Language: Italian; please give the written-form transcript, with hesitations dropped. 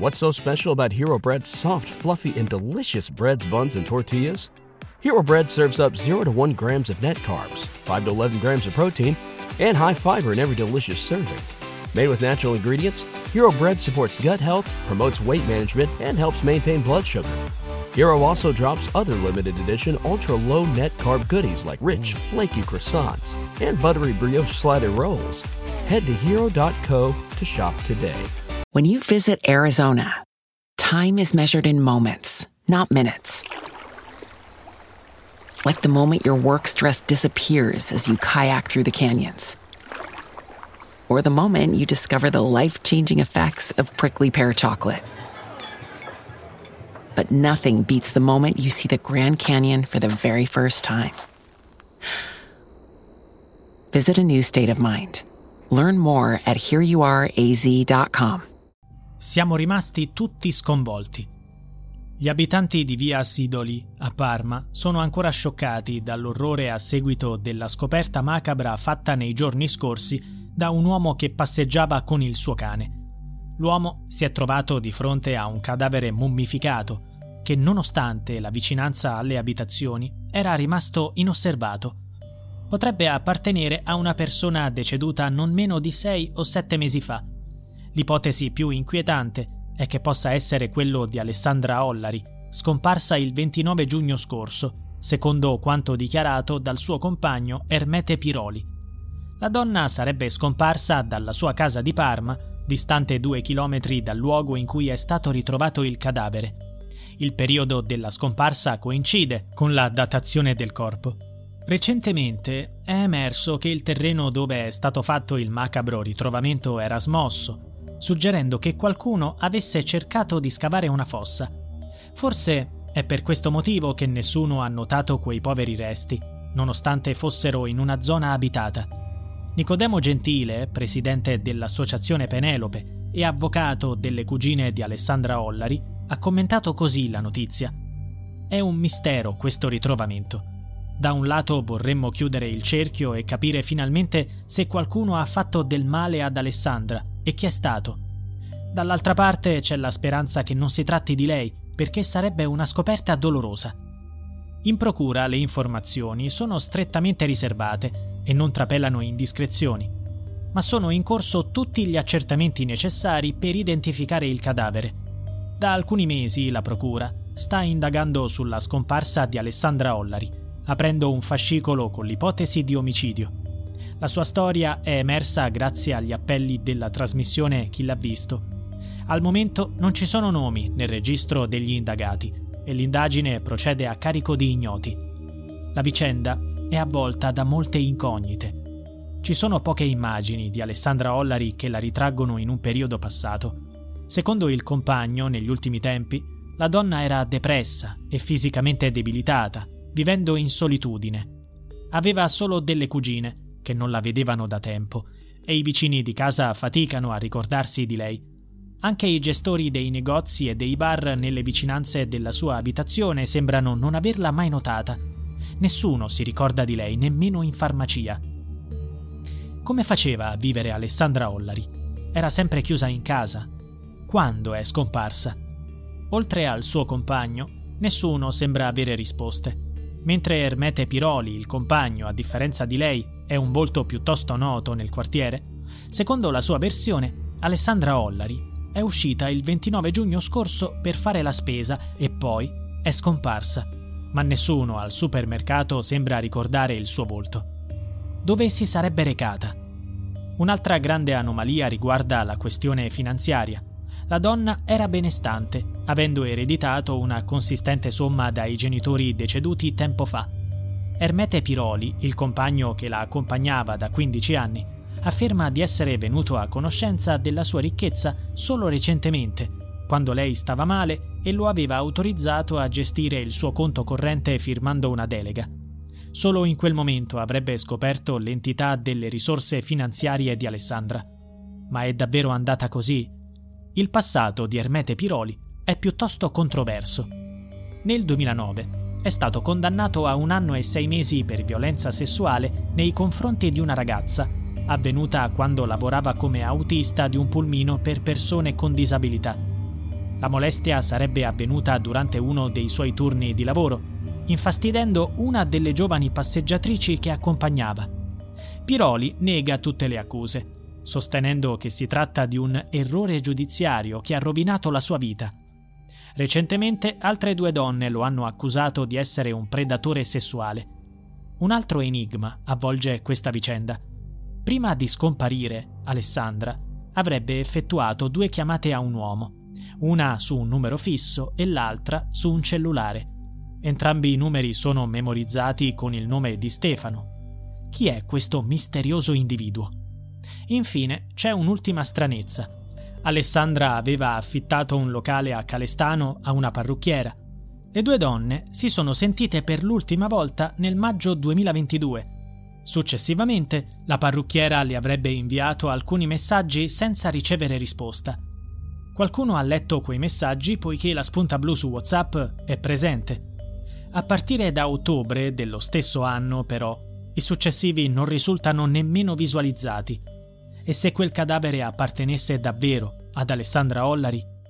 What's so special about Hero Bread's soft, fluffy, and delicious breads, buns, and tortillas? Hero Bread serves up 0 to 1 grams of net carbs, 5 to 11 grams of protein, and high fiber in every delicious serving. Made with natural ingredients, Hero Bread supports gut health, promotes weight management, and helps maintain blood sugar. Hero also drops other limited edition ultra-low net carb goodies like rich, flaky croissants and buttery brioche slider rolls. Head to hero.co to shop today. When you visit Arizona, time is measured in moments, not minutes. Like the moment your work stress disappears as you kayak through the canyons. Or the moment you discover the life-changing effects of prickly pear chocolate. But nothing beats the moment you see the Grand Canyon for the very first time. Visit a new state of mind. Learn more at hereyouareaz.com. Siamo rimasti tutti sconvolti. Gli abitanti di via Sidoli, a Parma, sono ancora scioccati dall'orrore a seguito della scoperta macabra fatta nei giorni scorsi da un uomo che passeggiava con il suo cane. L'uomo si è trovato di fronte a un cadavere mummificato che, nonostante la vicinanza alle abitazioni, era rimasto inosservato. Potrebbe appartenere a una persona deceduta non meno di 6 o 7 mesi fa. L'ipotesi più inquietante è che possa essere quello di Alessandra Ollari, scomparsa il 29 giugno scorso, secondo quanto dichiarato dal suo compagno Ermete Piroli. La donna sarebbe scomparsa dalla sua casa di Parma, distante 2 chilometri dal luogo in cui è stato ritrovato il cadavere. Il periodo della scomparsa coincide con la datazione del corpo. Recentemente è emerso che il terreno dove è stato fatto il macabro ritrovamento era smosso, suggerendo che qualcuno avesse cercato di scavare una fossa. Forse è per questo motivo che nessuno ha notato quei poveri resti, nonostante fossero in una zona abitata. Nicodemo Gentile, presidente dell'Associazione Penelope e avvocato delle cugine di Alessandra Ollari, ha commentato così la notizia. È un mistero questo ritrovamento. Da un lato vorremmo chiudere il cerchio e capire finalmente se qualcuno ha fatto del male ad Alessandra e chi è stato. Dall'altra parte c'è la speranza che non si tratti di lei, perché sarebbe una scoperta dolorosa. In procura le informazioni sono strettamente riservate e non trapelano indiscrezioni, ma sono in corso tutti gli accertamenti necessari per identificare il cadavere. Da alcuni mesi la procura sta indagando sulla scomparsa di Alessandra Ollari, aprendo un fascicolo con l'ipotesi di omicidio. La sua storia è emersa grazie agli appelli della trasmissione Chi l'ha visto. Al momento non ci sono nomi nel registro degli indagati e l'indagine procede a carico di ignoti. La vicenda è avvolta da molte incognite. Ci sono poche immagini di Alessandra Ollari che la ritraggono in un periodo passato. Secondo il compagno, negli ultimi tempi, la donna era depressa e fisicamente debilitata, vivendo in solitudine. Aveva solo delle cugine, che non la vedevano da tempo, e i vicini di casa faticano a ricordarsi di lei. Anche i gestori dei negozi e dei bar nelle vicinanze della sua abitazione sembrano non averla mai notata. Nessuno si ricorda di lei, nemmeno in farmacia. Come faceva a vivere Alessandra Ollari? Era sempre chiusa in casa. Quando è scomparsa? Oltre al suo compagno, nessuno sembra avere risposte. Mentre Ermete Piroli, il compagno, a differenza di lei, è un volto piuttosto noto nel quartiere, secondo la sua versione, Alessandra Ollari è uscita il 29 giugno scorso per fare la spesa e poi è scomparsa, ma nessuno al supermercato sembra ricordare il suo volto. Dove si sarebbe recata? Un'altra grande anomalia riguarda la questione finanziaria. La donna era benestante, avendo ereditato una consistente somma dai genitori deceduti tempo fa. Ermete Piroli, il compagno che la accompagnava da 15 anni, afferma di essere venuto a conoscenza della sua ricchezza solo recentemente, quando lei stava male e lo aveva autorizzato a gestire il suo conto corrente firmando una delega. Solo in quel momento avrebbe scoperto l'entità delle risorse finanziarie di Alessandra. Ma è davvero andata così? Il passato di Ermete Piroli è piuttosto controverso. Nel 2009 è stato condannato a 1 anno e 6 mesi per violenza sessuale nei confronti di una ragazza, avvenuta quando lavorava come autista di un pulmino per persone con disabilità. La molestia sarebbe avvenuta durante uno dei suoi turni di lavoro, infastidendo una delle giovani passeggiatrici che accompagnava. Piroli nega tutte le accuse, sostenendo che si tratta di un errore giudiziario che ha rovinato la sua vita. Recentemente altre 2 donne lo hanno accusato di essere un predatore sessuale. Un altro enigma avvolge questa vicenda. Prima di scomparire, Alessandra avrebbe effettuato 2 chiamate a un uomo, una su un numero fisso e l'altra su un cellulare. Entrambi i numeri sono memorizzati con il nome di Stefano. Chi è questo misterioso individuo? Infine c'è un'ultima stranezza. Alessandra aveva affittato un locale a Calestano a una parrucchiera. Le 2 donne si sono sentite per l'ultima volta nel maggio 2022. Successivamente, la parrucchiera le avrebbe inviato alcuni messaggi senza ricevere risposta. Qualcuno ha letto quei messaggi poiché la spunta blu su WhatsApp è presente. A partire da ottobre dello stesso anno, però, i successivi non risultano nemmeno visualizzati. E se quel cadavere appartenesse davvero ad Alessandra Ollari,